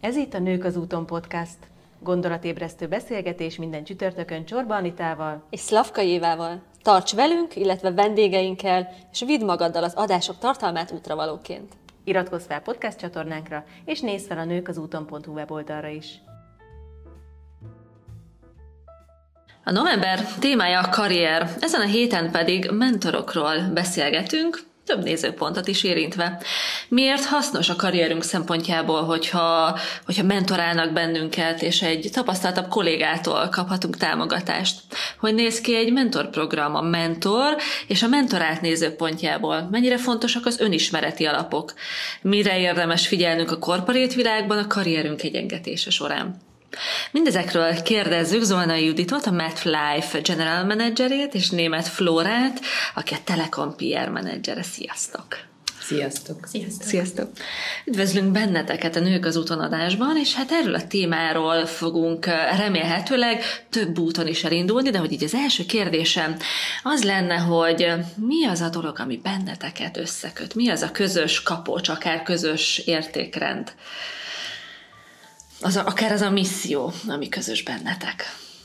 Ez itt a Nők az úton podcast. Gondolatébresztő beszélgetés minden csütörtökön Csorba Anitával és Szlavkai Évával. Tarts velünk, illetve vendégeinkkel, és vidd magaddal az adások tartalmát útravalóként. Iratkozz fel podcast csatornánkra, és nézz fel a nőkazúton.hu weboldalra is. A november témája a karrier, ezen a héten pedig mentorokról beszélgetünk, több nézőpontot is érintve. Miért hasznos a karrierünk szempontjából, hogyha mentorálnak bennünket, és egy tapasztaltabb kollégától kaphatunk támogatást? Hogy néz ki egy mentorprogram, a mentor és a mentorált nézőpontjából? Mennyire fontosak az önismereti alapok? Mire érdemes figyelnünk a korporét világban a karrierünk egyengetése során? Mindezekről kérdezzük Zolnai Juditot, a MetLife General Managerét, és Németh Flórát, aki a Telekom PR menedzsere. Sziasztok! Sziasztok! Sziasztok! Sziasztok! Üdvözlünk benneteket a Nők az úton adásban, és hát erről a témáról fogunk remélhetőleg több úton is elindulni, de hogy így az első kérdésem az lenne, hogy mi az a dolog, ami benneteket összeköt? Mi az a közös kapocs, akár közös értékrend? Akár az a misszió, ami közös bennetek.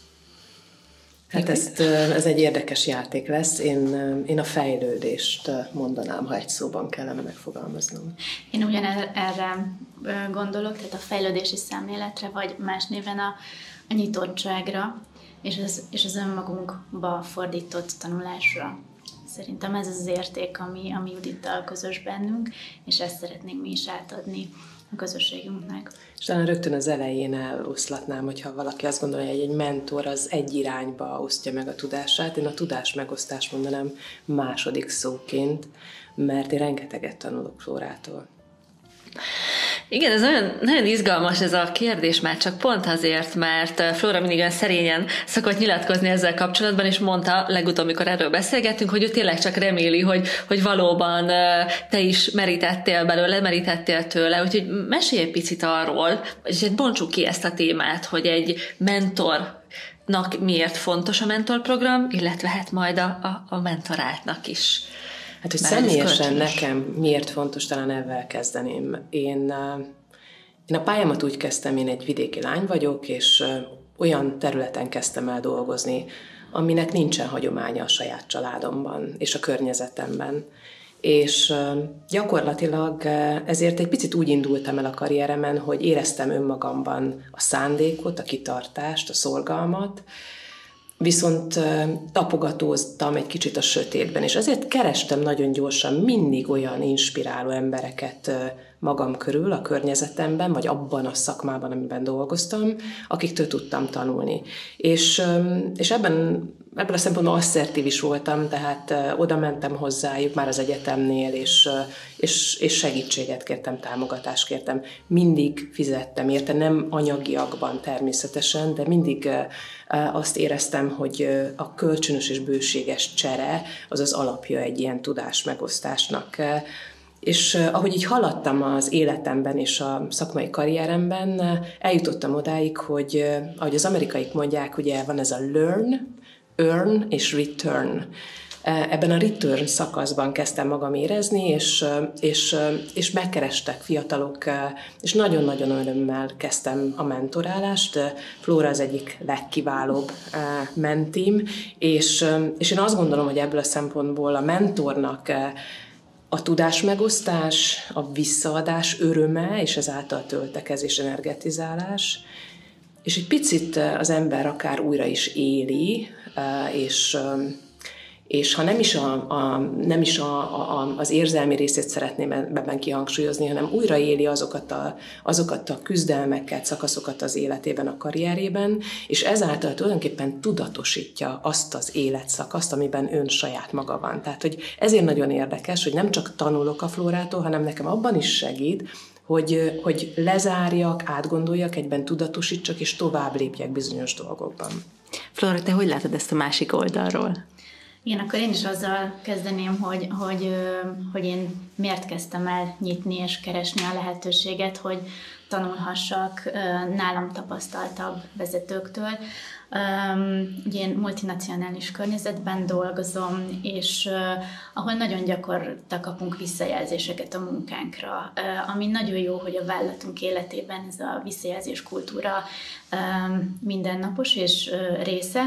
Hát ez egy érdekes játék lesz. Én a fejlődést mondanám, ha egy szóban kellene megfogalmaznom. Én ugyanerre gondolok, tehát a fejlődési szemléletre, vagy más néven a nyitottságra, és az önmagunkba fordított tanulásra. Szerintem ez az érték, ami Judittal közös bennünk, és ezt szeretnénk mi is átadni a közösségünknek. És talán rögtön az elején eloszlatnám, hogyha valaki azt gondolja, hogy egy mentor az egy irányba osztja meg a tudását. Én a tudás megosztást mondanám második szóként, mert én rengeteget tanulok Flórától. Igen, ez nagyon izgalmas ez a kérdés már csak pont azért, mert Flóra mindig olyan szerényen szokott nyilatkozni ezzel kapcsolatban, és mondta legutóbb, amikor erről beszélgettünk, hogy ő tényleg csak reméli, hogy valóban te is merítettél tőle, úgyhogy mesélj egy picit arról, és bontsuk ki ezt a témát, hogy egy mentornak miért fontos a mentorprogram, illetve hát majd a mentoráltnak is. Hát, hogy személyesen nekem miért fontos, talán ezzel kezdeném. Én a pályámat úgy kezdtem, én egy vidéki lány vagyok, és olyan területen kezdtem el dolgozni, aminek nincsen hagyománya a saját családomban és a környezetemben. És gyakorlatilag ezért egy picit úgy indultam el a karrieremen, hogy éreztem önmagamban a szándékot, a kitartást, a szorgalmat, viszont tapogatóztam egy kicsit a sötétben, és ezért kerestem nagyon gyorsan mindig olyan inspiráló embereket magam körül, a környezetemben, vagy abban a szakmában, amiben dolgoztam, akiktől tudtam tanulni. És ebből a szempontból asszertív is voltam, tehát oda mentem hozzájuk már az egyetemnél, és segítséget kértem, támogatást kértem. Mindig fizettem érte, nem anyagiakban természetesen, de mindig azt éreztem, hogy a kölcsönös és bőséges csere az az alapja egy ilyen tudás megosztásnak. És ahogy így haladtam az életemben és a szakmai karrieremben, eljutottam odáig, hogy ahogy az amerikaiak mondják, ugye van ez a learn, earn és return. Ebben a return szakaszban kezdtem magam érezni, és megkerestek fiatalok, és nagyon-nagyon örömmel kezdtem a mentorálást. Flóra az egyik legkiválóbb mentim, és én azt gondolom, hogy ebből a szempontból a mentornak a tudásmegosztás, a visszaadás öröme, és ezáltal töltekezés, energetizálás, és egy picit az ember akár újra is éli, és ha nem is az érzelmi részét szeretném ebben kihangsúlyozni, hanem újraéli azokat a küzdelmeket, szakaszokat az életében, a karrierében, és ezáltal tulajdonképpen tudatosítja azt az életszakaszt, amiben ön saját maga van. Tehát, hogy ezért nagyon érdekes, hogy nem csak tanulok a Flórától, hanem nekem abban is segít, hogy lezárjak, átgondoljak, egyben tudatosítsak, és tovább lépjek bizonyos dolgokban. Flóra, te hogy látod ezt a másik oldalról? Igen, akkor én is azzal kezdeném, hogy én miért kezdtem el nyitni és keresni a lehetőséget, hogy tanulhassak nálam tapasztaltabb vezetőktől. Ugye én multinacionális környezetben dolgozom, és ahol nagyon gyakorta kapunk visszajelzéseket a munkánkra, ami nagyon jó, hogy a vállalatunk életében ez a visszajelzés kultúra mindennapos és része.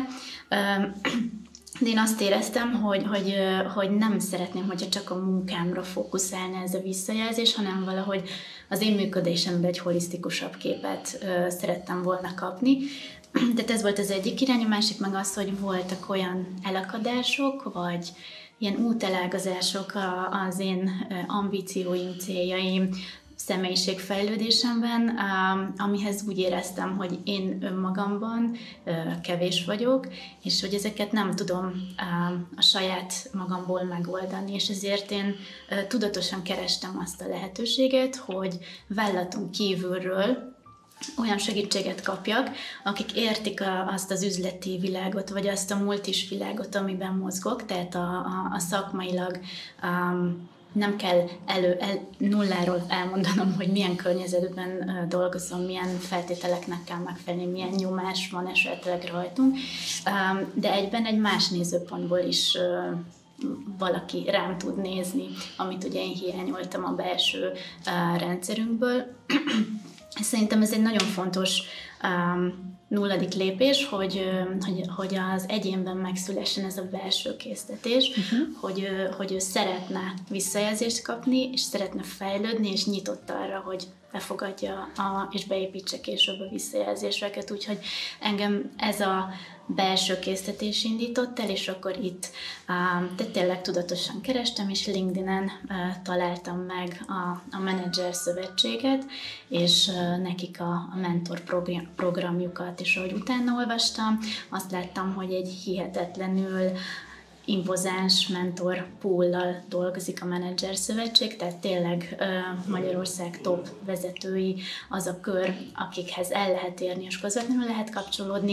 De én azt éreztem, hogy nem szeretném, hogyha csak a munkámra fókuszálna ez a visszajelzés, hanem valahogy az én működésemben egy holisztikusabb képet szerettem volna kapni. Tehát ez volt az egyik irány, a másik meg az, hogy voltak olyan elakadások, vagy ilyen útelágazások az én ambícióim, céljaim, személyiségfejlődésemben, amihez úgy éreztem, hogy én önmagamban kevés vagyok, és hogy ezeket nem tudom a saját magamból megoldani, és ezért én tudatosan kerestem azt a lehetőséget, hogy vállalaton kívülről olyan segítséget kapjak, akik értik azt az üzleti világot, vagy azt a multis világot, amiben mozgok, tehát a szakmailag nem kell nulláról elmondanom, hogy milyen környezetben dolgozom, milyen feltételeknek kell megfelelni, milyen nyomás van esetleg rajtunk, de egyben egy más nézőpontból is valaki rám tud nézni, amit ugye én hiányoltam a belső rendszerünkből. Szerintem ez egy nagyon fontos nulladik lépés, hogy az egyénben megszülessen ez a belső késztetés, hogy ő szeretne visszajelzést kapni, és szeretne fejlődni, és nyitott arra, hogy befogadja és beépítse később a visszajelzéseket. Úgyhogy engem ez a belső késztetés indított el, és akkor itt tényleg tudatosan kerestem, és LinkedIn-en találtam meg a Menedzser Szövetséget, és nekik a mentor programjukat, és ahogy utána olvastam, azt láttam, hogy egy hihetetlenül impozáns mentor poollal dolgozik a Menedzser Szövetség, tehát tényleg Magyarország top vezetői az a kör, akikhez el lehet érni, és közvetlenül lehet kapcsolódni,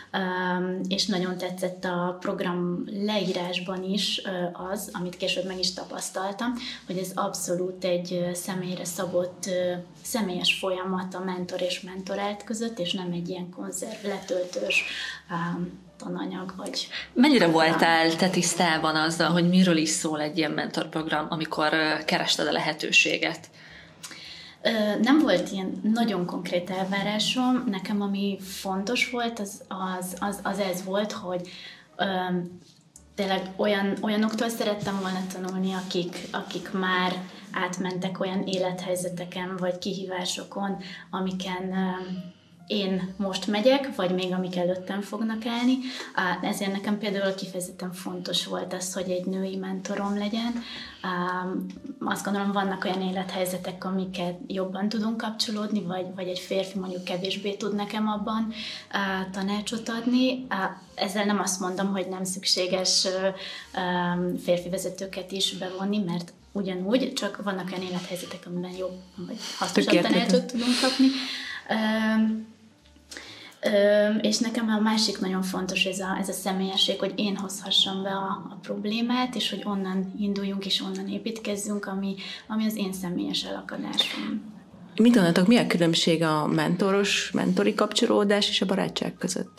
és nagyon tetszett a program leírásban is az, amit később meg is tapasztaltam, hogy ez abszolút egy személyre szabott személyes folyamat a mentor és mentorált között, és nem egy ilyen letöltős tananyag, vagy... Mennyire voltál te tisztában azzal, hogy miről is szól egy ilyen mentorprogram, amikor kerested a lehetőséget? Nem volt ilyen nagyon konkrét elvárásom. Nekem ami fontos volt, az ez volt, hogy tényleg olyanoktól szerettem volna tanulni, akik már átmentek olyan élethelyzeteken, vagy kihívásokon, amiken én most megyek, vagy még amik előttem fognak állni. Ezért nekem például kifejezetten fontos volt az, hogy egy női mentorom legyen. Azt gondolom, vannak olyan élethelyzetek, amiket jobban tudunk kapcsolódni, vagy egy férfi mondjuk kevésbé tud nekem abban tanácsot adni. Ezzel nem azt mondom, hogy nem szükséges férfi vezetőket is bevonni, mert ugyanúgy, csak vannak olyan élethelyzetek, amiben jobb, vagy hasznosabb tanácsot tudunk kapni. És nekem a másik nagyon fontos ez a személyesség, hogy én hozhassam be a problémát, és hogy onnan induljunk és onnan építkezzünk, ami az én személyes elakadásom. Mit gondoltok, mi a különbség a mentori kapcsolódás és a barátság között?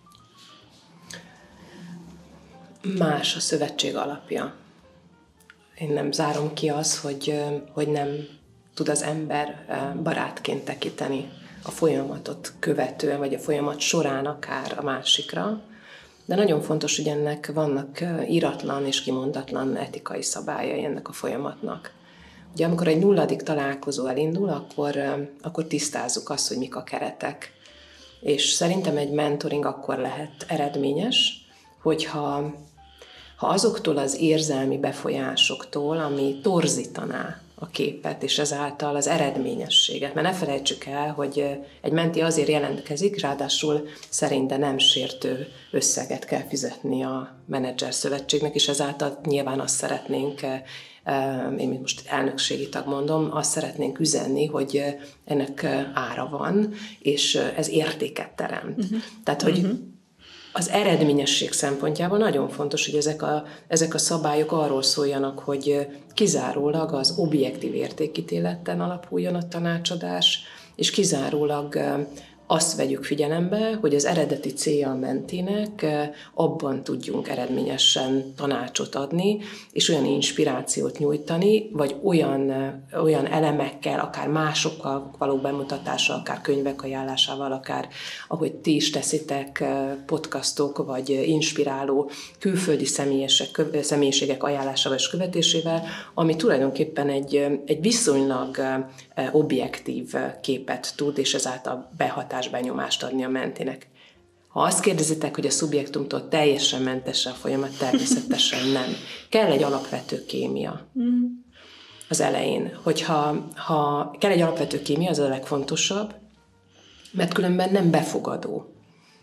Más a szövetség alapja. Én nem zárom ki az, hogy nem tud az ember barátként tekinteni a folyamatot követően, vagy a folyamat során akár a másikra, de nagyon fontos, hogy ennek vannak íratlan és kimondatlan etikai szabályai ennek a folyamatnak. Ugye amikor egy nulladik találkozó elindul, akkor tisztázzuk azt, hogy mik a keretek. És szerintem egy mentoring akkor lehet eredményes, hogyha azoktól az érzelmi befolyásoktól, ami torzítaná a képet, és ezáltal az eredményességet. Mert ne felejtsük el, hogy egy menti azért jelentkezik, ráadásul szerint, de nem sértő összeget kell fizetni a Menedzser Szövetségnek, és ezáltal nyilván azt szeretnénk, én most elnökségi tag mondom, azt szeretnénk üzenni, hogy ennek ára van, és ez értéket teremt. Tehát, hogy az eredményesség szempontjából nagyon fontos, hogy ezek a szabályok arról szóljanak, hogy kizárólag az objektív értékítéleten alapuljon a tanácsadás, és kizárólag azt vegyük figyelembe, hogy az eredeti célja a mentinek abban tudjunk eredményesen tanácsot adni, és olyan inspirációt nyújtani, vagy olyan elemekkel, akár másokkal való bemutatással, akár könyvek ajánlásával, akár ahogy ti is teszitek, podcastok, vagy inspiráló külföldi személyiségek ajánlásával és követésével, ami tulajdonképpen egy viszonylag objektív képet tud, és ezáltal benyomást adni a mentinek. Ha azt kérdezitek, hogy a szubjektumtól teljesen mentes a folyamat, természetesen nem. Kell egy alapvető kémia az elején. Ha kell egy alapvető kémia, az a legfontosabb, mert különben nem befogadó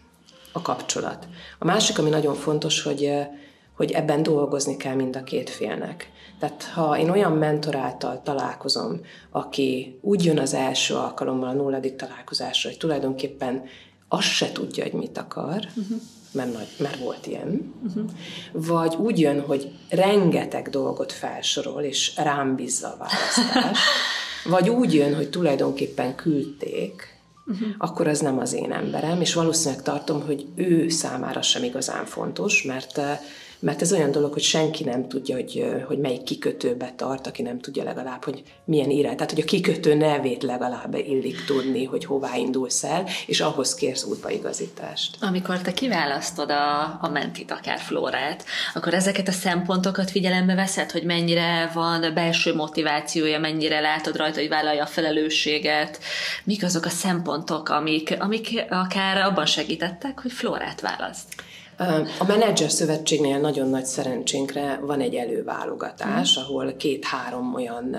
a kapcsolat. A másik, ami nagyon fontos, hogy ebben dolgozni kell mind a két félnek. Tehát ha én olyan mentor által találkozom, aki úgy jön az első alkalommal a 0. találkozásra, hogy tulajdonképpen azt se tudja, hogy mit akar, mert volt ilyen, vagy úgy jön, hogy rengeteg dolgot felsorol, és rám bízza a választást, vagy úgy jön, hogy tulajdonképpen küldték, akkor az nem az én emberem, és valószínűleg tartom, hogy ő számára sem igazán fontos, mert ez olyan dolog, hogy senki nem tudja, hogy melyik kikötőbe tart, aki nem tudja legalább, hogy milyen irány. Tehát, hogy a kikötő nevét legalább illik tudni, hogy hová indulsz el, és ahhoz kérsz útbaigazítást. Amikor te kiválasztod a mentit, akár Flórát, akkor ezeket a szempontokat figyelembe veszed, hogy mennyire van belső motivációja, mennyire látod rajta, hogy vállalja a felelősséget, mik azok a szempontok, amik akár abban segítettek, hogy Flórát választ? A Menedzser Szövetségnél nagyon nagy szerencsénkre van egy előválogatás, ahol 2-3 olyan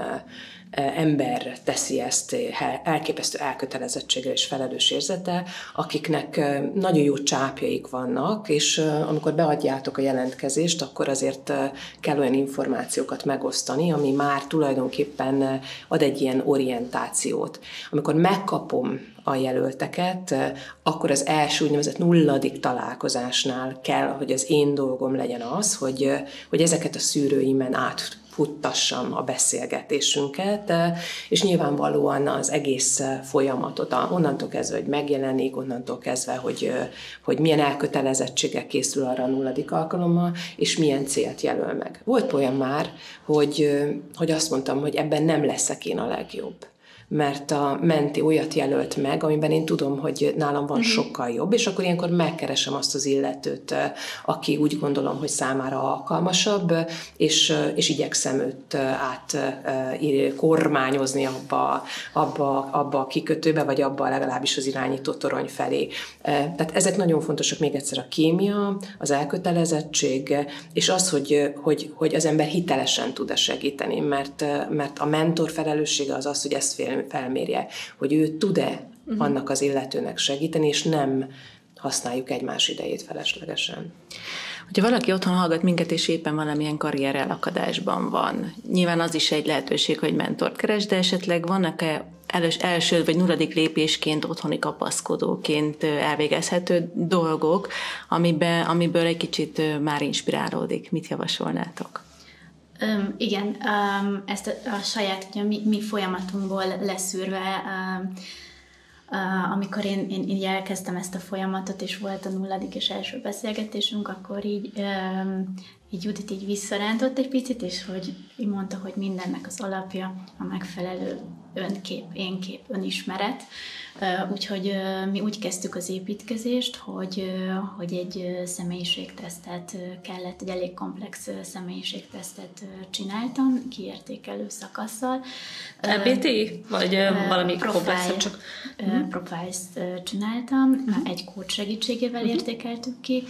ember teszi ezt elképesztő elkötelezettséggel és felelőssérzete, akiknek nagyon jó csápjaik vannak, és amikor beadjátok a jelentkezést, akkor azért kell olyan információkat megosztani, ami már tulajdonképpen ad egy ilyen orientációt. Amikor megkapom a jelölteket, akkor az első úgynevezett 0. találkozásnál kell, hogy az én dolgom legyen az, hogy ezeket a szűrőimen átfuttassam a beszélgetésünket, és nyilvánvalóan az egész folyamatot, onnantól kezdve, hogy megjelenik, onnantól kezdve, hogy milyen elkötelezettségek készül arra a 0. alkalommal, és milyen célt jelöl meg. Volt olyan már, hogy azt mondtam, hogy ebben nem leszek én a legjobb, mert a menti olyat jelölt meg, amiben én tudom, hogy nálam van sokkal jobb, és akkor ilyenkor megkeresem azt az illetőt, aki úgy gondolom, hogy számára alkalmasabb, és igyekszem őt kormányozni abba a kikötőbe, vagy abba legalábbis az irányító torony felé. Tehát ezek nagyon fontosak, még egyszer a kémia, az elkötelezettség, és az, hogy az ember hitelesen tud-e segíteni, mert a mentor felelőssége az az, hogy ezt felmérje, hogy ő tud-e annak az illetőnek segíteni, és nem használjuk egymás idejét feleslegesen. Hogyha valaki otthon hallgat minket, és éppen valamilyen karrier elakadásban van, nyilván az is egy lehetőség, hogy mentort keres, de esetleg vannak-e első vagy 0. lépésként, otthoni kapaszkodóként elvégezhető dolgok, amiből egy kicsit már inspirálódik? Mit javasolnátok? Igen, ezt a saját ugye, mi folyamatunkból leszűrve, amikor én így elkezdtem ezt a folyamatot, és volt a 0. és első beszélgetésünk, akkor így Judit így visszarántott egy picit, és hogy így mondta, hogy mindennek az alapja a megfelelő önkép, énkép, önismeret. Úgyhogy mi úgy kezdtük az építkezést, hogy egy személyiségtesztet kellett, egy elég komplex személyiségtesztet csináltam, kiértékelő szakasszal. LBT? Vagy valami komplexebb csak? Profiles csináltam, egy coach segítségével értékeltük ki,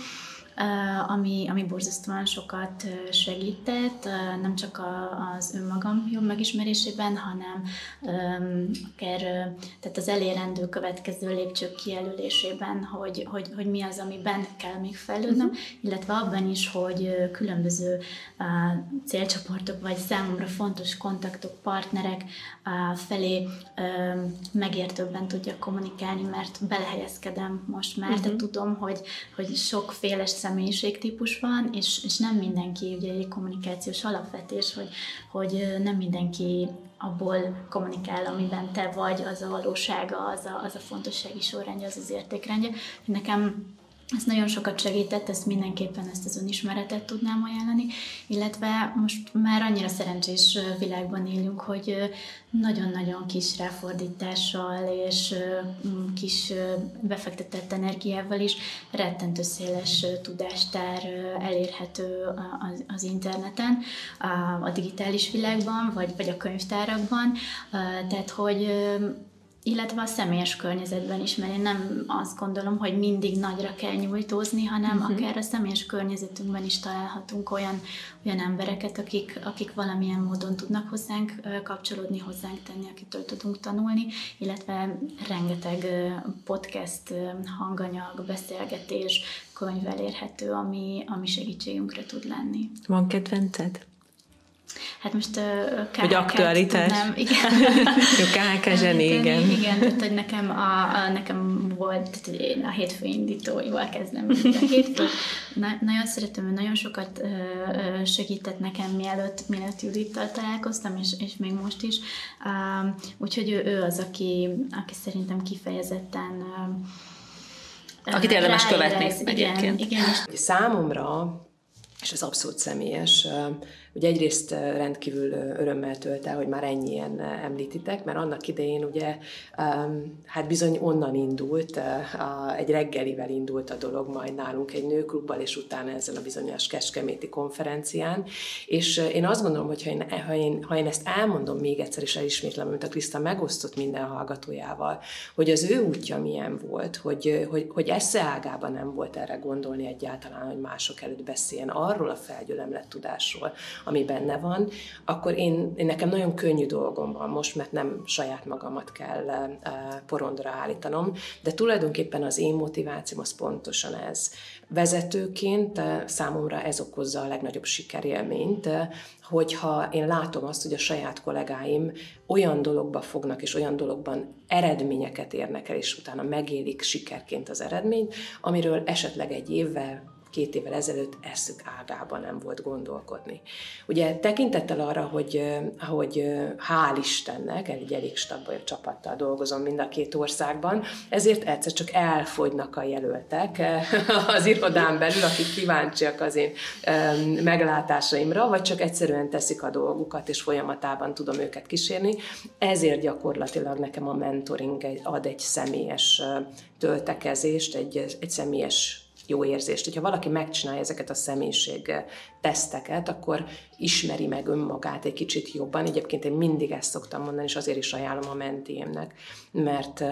ami borzasztóan sokat segített, nem csak az önmagam jobb megismerésében, hanem akár tehát az elérendő következő lépcsők kijelölésében, hogy mi az, amiben kell még fejlődnöm, illetve abban is, hogy különböző célcsoportok, vagy számomra fontos kontaktok, partnerek felé megértőbben tudjak kommunikálni, mert belehelyezkedem most már, tehát tudom, hogy sokféle személyiségtípus van, és nem mindenki, ugye egy kommunikációs alapvetés, hogy nem mindenki abból kommunikál, amiben te vagy, az a valósága, az a fontossági sorrendje, az az értékrendje. Nekem ez nagyon sokat segített, ezt mindenképpen ezt az önismeretet tudnám ajánlani, illetve most már annyira szerencsés világban élünk, hogy nagyon-nagyon kis ráfordítással és kis befektetett energiával is rettentő széles tudástár elérhető az interneten, a digitális világban, vagy a könyvtárakban, tehát hogy illetve a személyes környezetben is, mert én nem azt gondolom, hogy mindig nagyra kell nyújtózni, hanem akár a személyes környezetünkben is találhatunk olyan embereket, akik valamilyen módon tudnak hozzánk kapcsolódni, hozzánk tenni, akitől tudunk tanulni, illetve rengeteg podcast, hanganyag, beszélgetés, könyv elérhető, ami segítségünkre tud lenni. Van kedvenced? Hát most hogy aktualitás? Tudnám, igen. Jó, KHK zseni, igen. Igen, tehát hogy nekem volt, tehát én a hétfőindítóival kezdem a hétfőt. Nagyon szeretem, hogy nagyon sokat segített nekem, mielőtt Judittal találkoztam, és még most is. Úgyhogy ő az, aki szerintem kifejezetten akit érdemes követni egyébként. Igen. Számomra, és ez abszolút személyes, ugye egyrészt rendkívül örömmel tölt el, hogy már ennyien említitek, mert annak idején ugye hát bizony onnan indult, egy reggelivel indult a dolog majd nálunk egy nőklubbal, és utána ezen a bizonyos kecskeméti konferencián, és én azt gondolom, hogy ha én ezt elmondom még egyszer, és elismétlem, amit a Kriszta megosztott minden hallgatójával, hogy az ő útja milyen volt, hogy esze ágában nem volt erre gondolni egyáltalán, hogy mások előtt beszéljen arról a felgyülemlett tudásról, ami benne van, akkor nekem nagyon könnyű dolgom van most, mert nem saját magamat kell porondra állítanom, de tulajdonképpen az én motivációm az pontosan ez. Vezetőként számomra ez okozza a legnagyobb sikerélményt, hogyha én látom azt, hogy a saját kollégáim olyan dologba fognak, és olyan dologban eredményeket érnek el, és utána megélik sikerként az eredményt, amiről esetleg egy évvel, 2 évvel ezelőtt eszük ágában nem volt gondolkodni. Ugye tekintettel arra, hogy hál' Istennek, egy elég stabil csapattal dolgozom mind a 2 országban, ezért egyszer csak elfogynak a jelöltek az irodán belül, akik kíváncsiak az én meglátásaimra, vagy csak egyszerűen teszik a dolgukat, és folyamatában tudom őket kísérni. Ezért gyakorlatilag nekem a mentoring ad egy személyes töltekezést, egy személyes jó érzést. Hogyha valaki megcsinálja ezeket a személyiség teszteket, akkor ismeri meg önmagát egy kicsit jobban. Egyébként én mindig ezt szoktam mondani, és azért is ajánlom a mentémnek, mert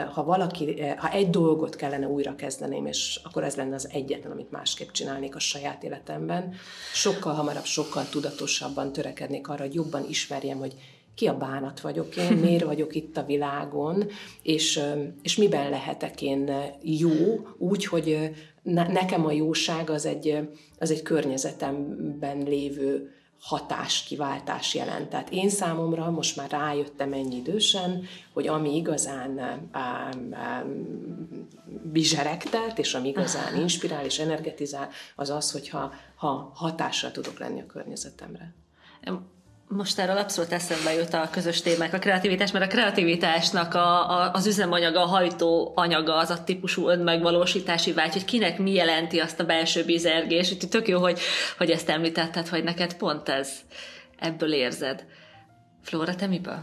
ha egy dolgot kellene újra kezdeném, és akkor ez lenne az egyetlen, amit másképp csinálnék a saját életemben, sokkal hamarabb, sokkal tudatosabban törekednék arra, hogy jobban ismerjem, hogy ki a bánat vagyok én, miért vagyok itt a világon, és miben lehetek én jó, úgy, hogy nekem a jóság az egy környezetemben lévő hatáskiváltás jelent. Tehát én számomra most már rájöttem ennyi idősen, hogy ami igazán bizseregtet, és ami igazán inspirál és energetizál, az az, hogyha hatással tudok lenni a környezetemre. Most erről abszolút eszembe jut a közös témák, a kreativitás, mert a kreativitásnak az üzemanyaga, a hajtó anyaga, az a típusú önmegvalósítási vágy, hogy kinek mi jelenti azt a belső bizergés. Úgyhogy tök jó, hogy ezt említetted, hogy neked pont ebből érzed. Flóra, te miből?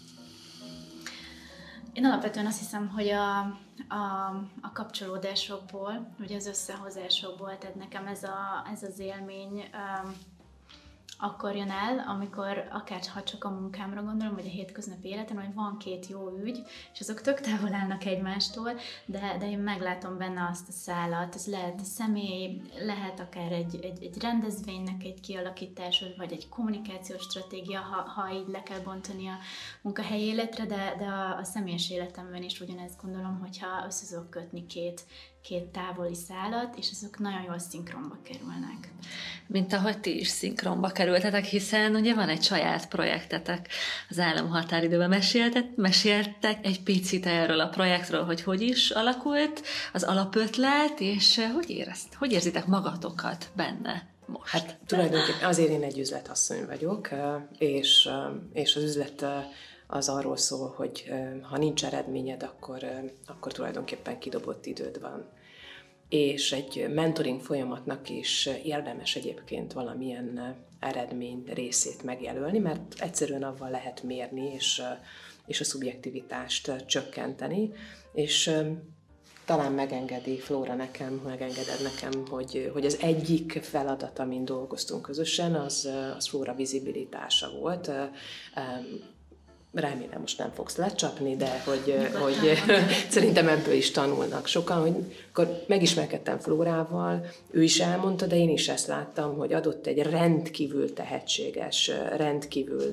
Én alapvetően azt hiszem, hogy a kapcsolódásokból, vagy az összehozásokból, tehát nekem ez az élmény akkor jön el, amikor ha csak a munkámra gondolom, vagy a hétköznapi életen, hogy van 2 jó ügy, és azok tök távol állnak egymástól, de én meglátom benne azt a szálat. Ez lehet személy, lehet akár egy rendezvénynek egy kialakítás, vagy egy kommunikációs stratégia, ha így le kell bontani a munkahelyi életre, de a személyes életemben is ugyanezt gondolom, hogyha össze tudok kötni két két távoli szálat, és azok nagyon jól szinkronba kerülnek. Mint ahogy ti is szinkronba kerültetek, hiszen ugye van egy saját projektetek, az Álomhatáridőben meséltek egy picit erről a projektről, hogy is alakult az alapötlet, és hogy érzitek magatokat benne most? Hát tulajdonképpen azért én egy üzletasszony vagyok, és az üzlet az arról szól, hogy ha nincs eredményed, akkor tulajdonképpen kidobott időd van. És egy mentoring folyamatnak is érdemes egyébként valamilyen eredmény részét megjelölni, mert egyszerűen avval lehet mérni, és a szubjektivitást csökkenteni, és talán megengeded nekem, hogy az egyik feladat, amin dolgoztunk közösen, az Flóra vizibilitása volt. Remélem, most nem fogsz lecsapni, de hogy szerintem ebből is tanulnak sokan, hogy akkor megismerkedtem Flórával, ő is elmondta, de én is ezt láttam, hogy adott egy rendkívül tehetséges, rendkívül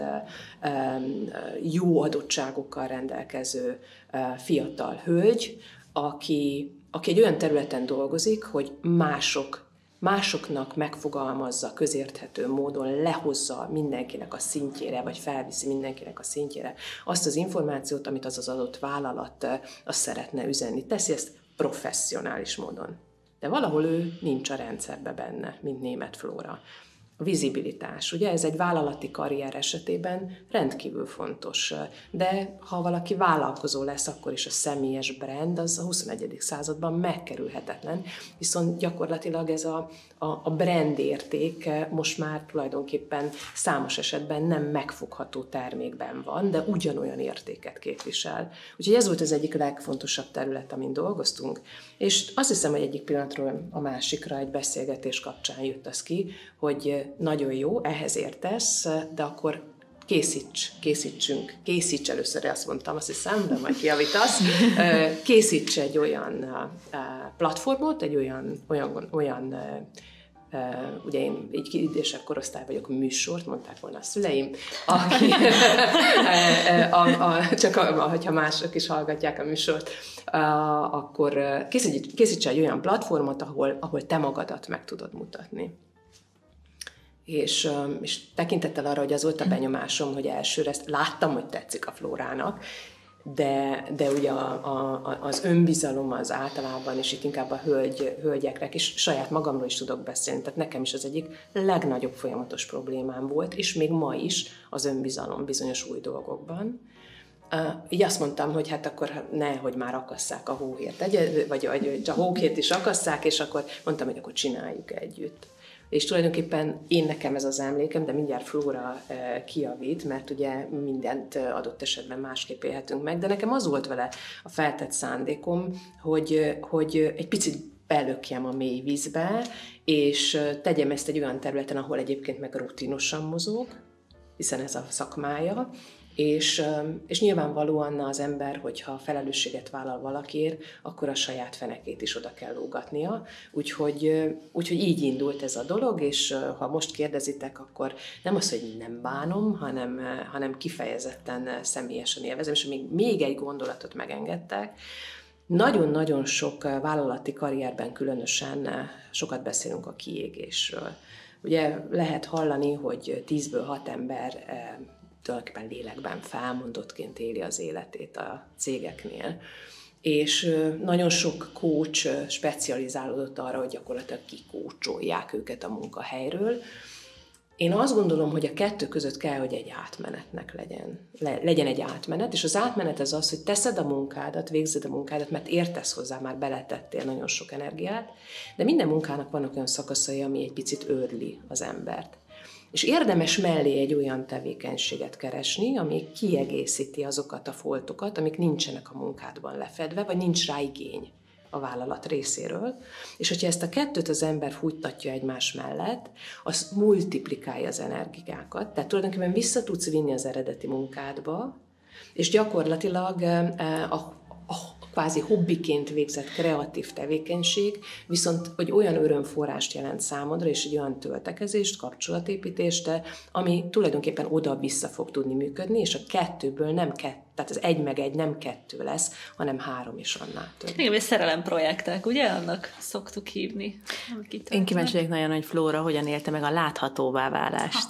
jó adottságokkal rendelkező fiatal hölgy, aki egy olyan területen dolgozik, hogy másoknak megfogalmazza közérthető módon, lehozza mindenkinek a szintjére, vagy felviszi mindenkinek a szintjére azt az információt, amit az adott vállalat azt szeretne üzenni. Teszi ezt professzionális módon. De valahol ő nincs a rendszerbe benne, mint Németh Flóra. A vizibilitás, ugye ez egy vállalati karrier esetében rendkívül fontos, de ha valaki vállalkozó lesz, akkor is a személyes brand az a 21. században megkerülhetetlen, viszont gyakorlatilag ez a brand érték most már tulajdonképpen számos esetben nem megfogható termékben van, de ugyanolyan értéket képvisel. Úgyhogy ez volt az egyik legfontosabb terület, amin dolgoztunk, és azt hiszem, hogy egyik pillanatról a másikra egy beszélgetés kapcsán jött az ki, hogy nagyon jó, ehhez értesz, de akkor készíts először, azt mondtam, azt hiszem, de majd kijavítasz, készíts egy olyan platformot, egy olyan ugye én egy idősebb korosztály vagyok, műsort, mondták volna a szüleim, csak hogyha mások is hallgatják a műsort, akkor készíts egy olyan platformot, ahol te magadat meg tudod mutatni. És tekintettel arra, hogy az volt a benyomásom, hogy elsőre ezt láttam, hogy tetszik a Flórának, de ugye az önbizalom az általában, és itt inkább a hölgyekre, és saját magamról is tudok beszélni, tehát nekem is az egyik legnagyobb folyamatos problémám volt, és még ma is az önbizalom bizonyos új dolgokban. Így azt mondtam, hogy hát akkor nehogy már akasszák a hóhért, vagy a hóhért is akasszák, és akkor mondtam, hogy akkor csináljuk együtt. És tulajdonképpen nekem ez az emlékem, de mindjárt Flóra kijavít, mert ugye mindent adott esetben másképp élhetünk meg, de nekem az volt vele a feltett szándékom, hogy egy picit belökjem a mély vízbe, és tegyem ezt egy olyan területen, ahol egyébként meg rutinosan mozog, hiszen ez a szakmája, és nyilvánvalóan az ember, hogyha felelősséget vállal valakiért, akkor a saját fenekét is oda kell lógatnia. Úgyhogy így indult ez a dolog, és ha most kérdezitek, akkor nem az, hogy nem bánom, hanem kifejezetten személyesen élvezem, és még egy gondolatot megengedtek. Nagyon-nagyon sok vállalati karrierben különösen sokat beszélünk a kiégésről. Ugye lehet hallani, hogy 10-ből 6 ember tulajdonképpen lélekben felmondottként éli az életét a cégeknél. És nagyon sok coach specializálódott arra, hogy gyakorlatilag kikócsolják őket a munkahelyről. Én azt gondolom, hogy a kettő között kell, hogy egy átmenetnek legyen egy átmenet, és az átmenet az, hogy teszed a munkádat, végzed a munkádat, mert értesz hozzá, már beletettél nagyon sok energiát, de minden munkának vannak olyan szakaszai, ami egy picit őrli az embert. És érdemes mellé egy olyan tevékenységet keresni, ami kiegészíti azokat a foltokat, amik nincsenek a munkádban lefedve, vagy nincs rá igény a vállalat részéről. És hogyha ezt a kettőt az ember fújtatja egymás mellett, az multiplikálja az energiákat, tehát tulajdonképpen vissza tudsz vinni az eredeti munkádba, és gyakorlatilag kvázi hobbiként végzett kreatív tevékenység, viszont hogy olyan örömforrást jelent számodra, és egy olyan töltekezést, kapcsolatépítést, ami tulajdonképpen oda-vissza fog tudni működni, és a kettőből nem tehát az 1+1 nem 2 lesz, hanem 3 is annál több. Igen, és szerelemprojektek, ugye? Annak szoktuk hívni. Én kíváncsi vagyok nagyon, hogy Flóra hogyan élte meg a láthatóvá válást.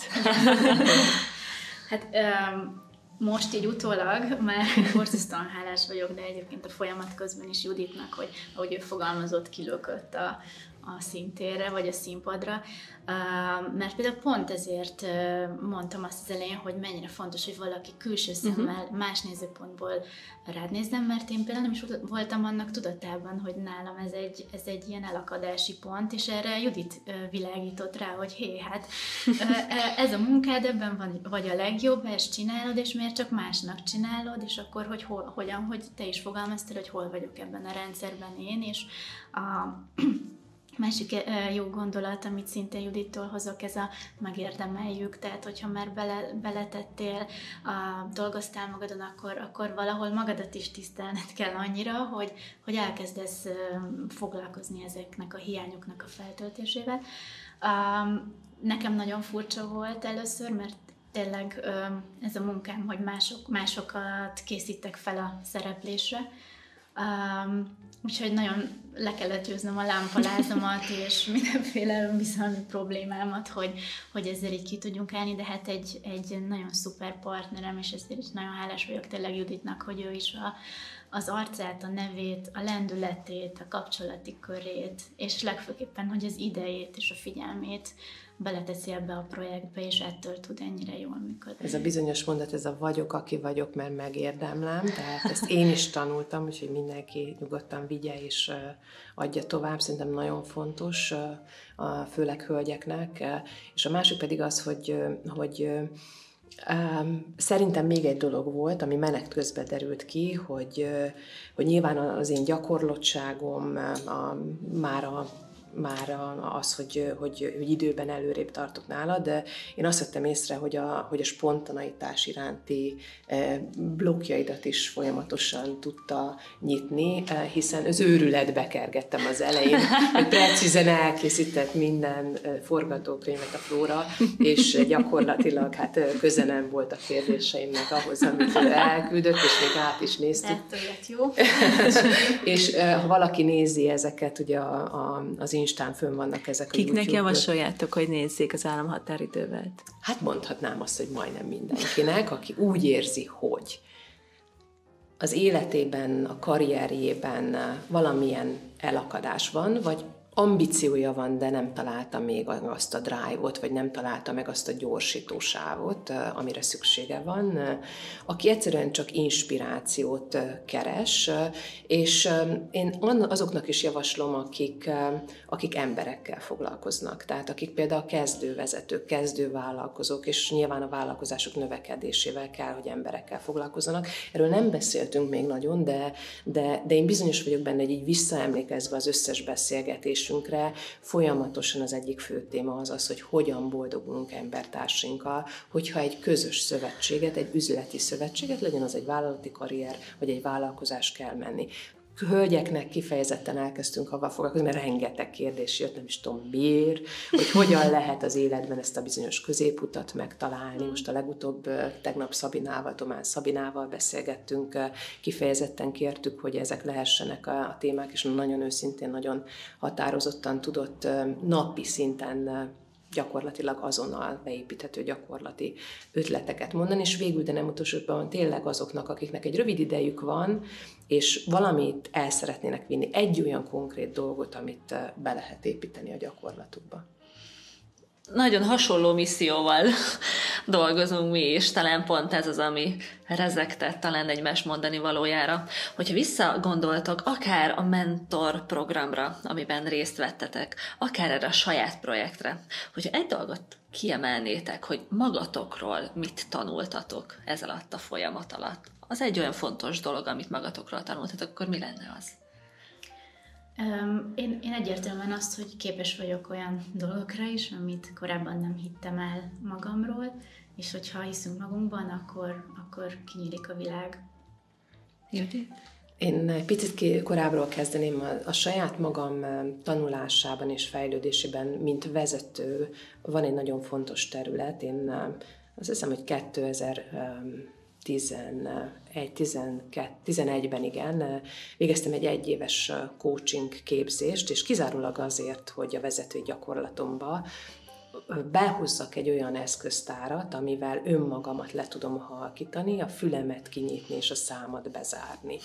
Hát most így utólag már borzasztóan hálás vagyok, de egyébként a folyamat közben is Juditnak, hogy ahogy ő fogalmazott, kilökött a szintérre, vagy a színpadra, mert például pont ezért mondtam azt az elején, hogy mennyire fontos, hogy valaki külső szemmel, más nézőpontból rád nézzen, mert én például nem is voltam annak tudatában, hogy nálam ez egy ilyen elakadási pont, és erre Judit világított rá, hogy hé, hát ez a munkád, ebben vagy a legjobb, ezt csinálod, és miért csak másnak csinálod, és akkor hogy te is fogalmaztál, hogy hol vagyok ebben a rendszerben én, és másik jó gondolat, amit szintén Judittól hozok, ez a megérdemeljük, tehát hogyha már beletettél, dolgoztál magadon, akkor valahol magadat is tisztelned kell annyira, hogy elkezdesz foglalkozni ezeknek a hiányoknak a feltöltésével. Nekem nagyon furcsa volt először, mert tényleg ez a munkám, hogy másokat készítek fel a szereplésre, úgyhogy nagyon le kellett győznöm a lámpalázomat és mindenféle bizalmi problémámat, hogy ezzel így ki tudjunk állni, de hát egy nagyon szuper partnerem, és ezért is nagyon hálás vagyok tényleg Juditnak, hogy ő is az arcát, a nevét, a lendületét, a kapcsolati körét, és legfőképpen, hogy az idejét és a figyelmét beleteszi ebbe a projektbe, és ettől tud ennyire jól működni. Ez a bizonyos mondat, ez a vagyok, aki vagyok, mert megérdemlem, tehát ezt én is tanultam, úgyhogy mindenki nyugodtan vigye és adja tovább, szerintem nagyon fontos, főleg hölgyeknek. És a másik pedig az, hogy szerintem még egy dolog volt, ami menet közben derült ki, hogy nyilván az én gyakorlottságom már az, hogy időben előrébb tartok nála, de én azt vettem észre, hogy a spontaneitás iránti blokkjaidat is folyamatosan tudta nyitni, hiszen az őrületbe kergettem az elején, hogy precízen elkészített minden forgatókönyvet a Flóra, és gyakorlatilag köze nem volt a kérdéseimnek ahhoz, amit elküldött, és még át is néztük. Jó. És ha valaki nézi ezeket, ugye az Instán fönn vannak ezek a Kiknek javasoljátok, hogy nézzék az államhatáridővel? Hát mondhatnám azt, hogy majdnem mindenkinek, aki úgy érzi, hogy az életében, a karrierjében valamilyen elakadás van, vagy ambíciója van, de nem találta még azt a drive-ot, vagy nem találta meg azt a gyorsítósávot, amire szüksége van, aki egyszerűen csak inspirációt keres, és én azoknak is javaslom, akik emberekkel foglalkoznak, tehát akik például kezdővezetők, kezdővállalkozók, és nyilván a vállalkozások növekedésével kell, hogy emberekkel foglalkozzanak. Erről nem beszéltünk még nagyon, de én bizonyos vagyok benne, hogy így visszaemlékezve az összes beszélgetés, folyamatosan az egyik fő téma az, hogy hogyan boldogulunk embertársainkkal, hogyha egy közös szövetséget, egy üzleti szövetséget, legyen az egy vállalati karrier, vagy egy vállalkozás kell menni. Hölgyeknek kifejezetten elkezdtünk avval foglalkozni, mert rengeteg kérdés jött, nem is tudom miért, hogy hogyan lehet az életben ezt a bizonyos középutat megtalálni. Most a legutóbb tegnap Tomás Szabinával beszélgettünk, kifejezetten kértük, hogy ezek lehessenek a témák, és nagyon őszintén, nagyon határozottan tudott napi szinten gyakorlatilag azonnal beépíthető gyakorlati ötleteket mondani, és végül, de nem utolsóban tényleg azoknak, akiknek egy rövid idejük van, és valamit el szeretnének vinni, egy olyan konkrét dolgot, amit be lehet építeni a gyakorlatukba. Nagyon hasonló misszióval dolgozunk mi is, talán pont ez az, ami rezegtett talán egymás mondani valójára. Hogyha visszagondoltok akár a mentor programra, amiben részt vettetek, akár erre a saját projektre, hogyha egy dolgot kiemelnétek, hogy magatokról mit tanultatok ez alatt a folyamat alatt, az egy olyan fontos dolog, amit magatokról tanultatok, akkor mi lenne az? Én egyértelműen azt, hogy képes vagyok olyan dolgokra is, amit korábban nem hittem el magamról, és hogyha hiszünk magunkban, akkor kinyílik a világ. Judit? Én egy picit korábbról kezdeném a saját magam tanulásában és fejlődésében, mint vezető, van egy nagyon fontos terület. Én azt hiszem, hogy 2011-ben igen, végeztem egy egyéves coaching képzést, és kizárólag azért, hogy a vezetői gyakorlatomba behúzzak egy olyan eszköztárat, amivel önmagamat le tudom halkítani, a fülemet kinyitni és a számat bezárni.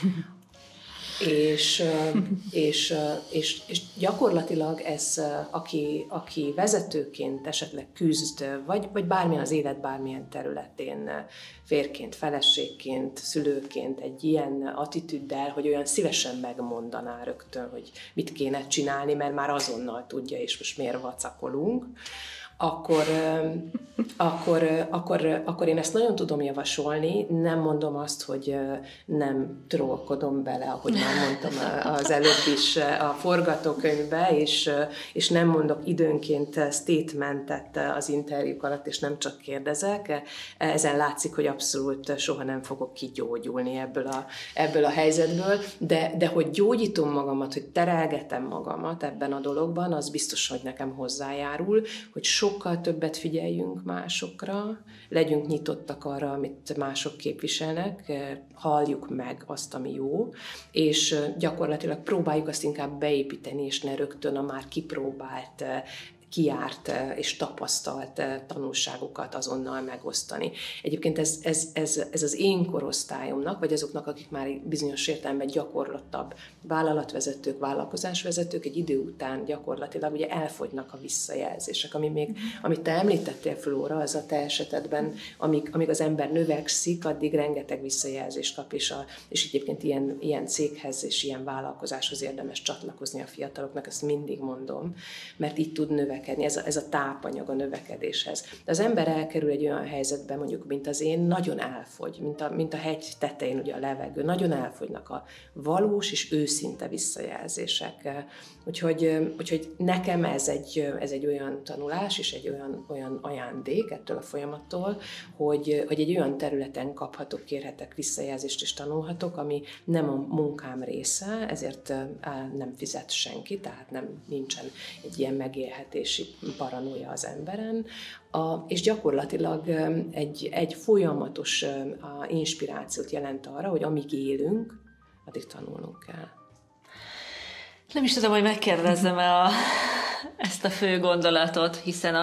és gyakorlatilag ez, aki vezetőként esetleg küzd, vagy bármilyen az élet bármilyen területén, férként, feleségként, szülőként egy ilyen attitűddel, hogy olyan szívesen megmondaná rögtön, hogy mit kéne csinálni, mert már azonnal tudja, és most miért vacakolunk, akkor én ezt nagyon tudom javasolni, nem mondom azt, hogy nem trollkodom bele, ahogy már mondtam az előbb is a forgatókönyvbe, és nem mondok időnként statementet az interjúk alatt, és nem csak kérdezek. Ezen látszik, hogy abszolút soha nem fogok kigyógyulni ebből a helyzetből, de hogy gyógyítom magamat, hogy terelgetem magamat ebben a dologban, az biztos, hogy nekem hozzájárul, hogy sokkal többet figyeljünk másokra, legyünk nyitottak arra, amit mások képviselnek, halljuk meg azt, ami jó, és gyakorlatilag próbáljuk azt inkább beépíteni, és ne rögtön a már kipróbált, kijárt és tapasztalt tanulságokat azonnal megosztani. Egyébként ez az én korosztályomnak, vagy azoknak, akik már bizonyos értelemben gyakorlottabb vállalatvezetők, vállalkozásvezetők, egy idő után gyakorlatilag ugye elfogynak a visszajelzések, amit te említettél, Flóra, az a te esetedben, amíg az ember növekszik, addig rengeteg visszajelzést kap, és egyébként ilyen céghez és ilyen vállalkozáshoz érdemes csatlakozni a fiataloknak, ezt mindig mondom, mert így tud növekedni. Ez a tápanyag a növekedéshez. De az ember elkerül egy olyan helyzetbe, mondjuk, mint az én, nagyon elfogy, mint a hegy tetején ugye a levegő, nagyon elfogynak a valós és őszinte visszajelzések. Úgyhogy nekem ez egy olyan tanulás, és egy olyan ajándék ettől a folyamattól, hogy egy olyan területen kaphatok, kérhetek visszajelzést és tanulhatok, ami nem a munkám része, ezért nem fizet senki, tehát nincsen egy ilyen megélhetési paranoia az emberen, és gyakorlatilag egy folyamatos inspirációt jelent arra, hogy amíg élünk, addig tanulnunk kell. Nem is tudom, hogy megkérdezzem ezt a fő gondolatot, hiszen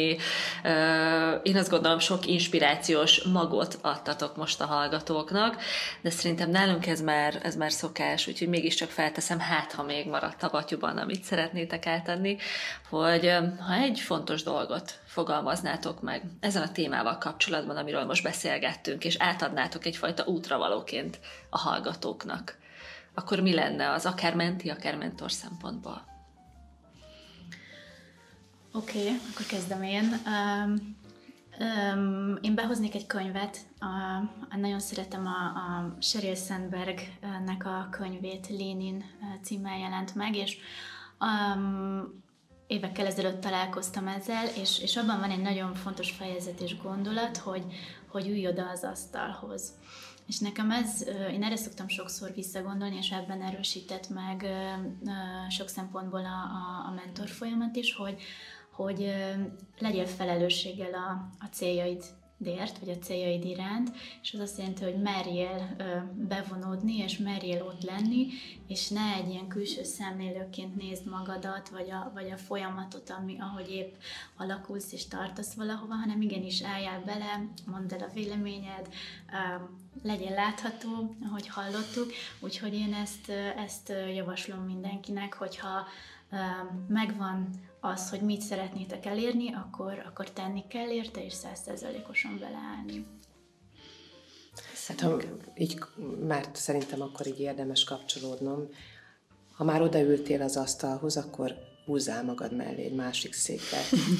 én azt gondolom, sok inspirációs magot adtatok most a hallgatóknak, de szerintem nálunk ez már szokás, úgyhogy mégiscsak felteszem, ha még maradt a batyuban, amit szeretnétek átadni, hogy ha egy fontos dolgot fogalmaznátok meg ezen a témával kapcsolatban, amiről most beszélgettünk, és átadnátok egyfajta útravalóként a hallgatóknak, akkor mi lenne az akár menti, akár mentor szempontból? Oké, akkor kezdem én. Én behoznék egy könyvet, nagyon szeretem a Sheryl Sandbergnek a könyvét, Lean-in címmel jelent meg, és évekkel ezelőtt találkoztam ezzel, és abban van egy nagyon fontos fejezet és gondolat, hogy ülj oda az asztalhoz. És nekem én erre szoktam sokszor visszagondolni, és ebben erősített meg sok szempontból a mentor folyamat is, hogy legyél felelősséggel a céljaidért, vagy a céljaid iránt, és az azt jelenti, hogy merjél bevonódni, és merjél ott lenni, és ne egy ilyen külső szemlélőként nézd magadat, vagy a folyamatot, ahogy épp alakulsz és tartasz valahova, hanem igenis álljál bele, mondd el a véleményed, legyél látható, ahogy hallottuk, úgyhogy én ezt javaslom mindenkinek, hogyha megvan az, hogy mit szeretnétek elérni, akkor tenni kell érte, és 100%-osan beleállni. Így, mert szerintem akkor így érdemes kapcsolódnom. Ha már odaültél az asztalhoz, akkor húzzál magad mellé egy másik székre.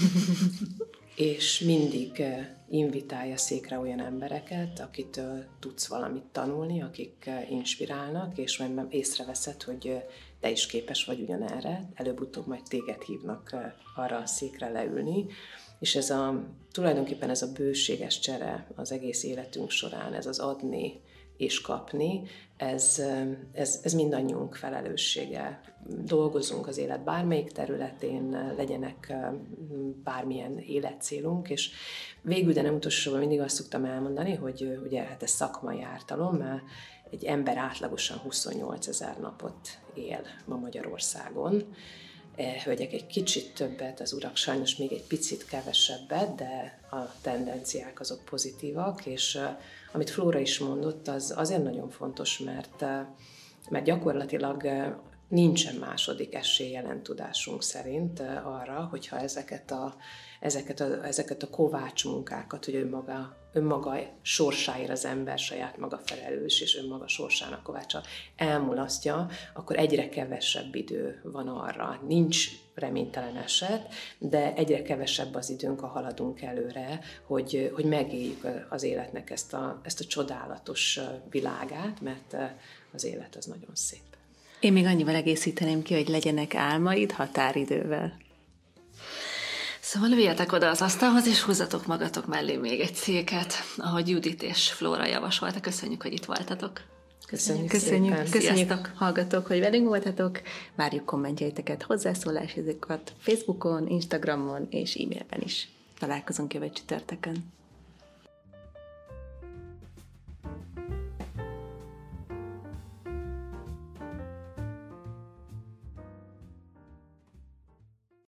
És mindig invitálj a székre olyan embereket, akitől tudsz valamit tanulni, akik inspirálnak, és majd észreveszed, hogy te is képes vagy ugyanerre, előbb-utóbb majd téged hívnak arra a székre leülni, és tulajdonképpen ez a bőséges csere az egész életünk során, ez az adni, és kapni, ez mindannyiunk felelőssége. Dolgozunk az élet bármelyik területén, legyenek bármilyen életcélunk, és végül, de nem utolsóban mindig azt szoktam elmondani, hogy ugye hát ez szakmai ártalom, mert egy ember átlagosan 28 000 napot él ma Magyarországon. Hölgyek egy kicsit többet, az urak sajnos még egy picit kevesebbet, de a tendenciák azok pozitívak, és amit Flóra is mondott, az azért nagyon fontos, mert gyakorlatilag nincsen második esély jelen tudásunk szerint arra, hogyha ezeket a kovács munkákat, hogy önmaga sorsáért az ember saját maga felelős, és önmaga sorsának kovácsa elmulasztja, akkor egyre kevesebb idő van arra. Nincs reménytelen eset, de egyre kevesebb az időnk, ha haladunk előre, hogy megéljük az életnek ezt a csodálatos világát, mert az élet az nagyon szép. Én még annyival egészíteném ki, hogy legyenek álmaid határidővel. Szóval üljetek oda az asztalhoz, és húzzatok magatok mellé még egy széket, ahogy Judit és Flóra javasolta. Köszönjük, hogy itt voltatok. Köszönjük, hallgatók, hogy velünk voltatok. Várjuk kommentjeiteket, hozzászólásokat Facebookon, Instagramon és e-mailben is. Találkozunk jövő csütörtökön.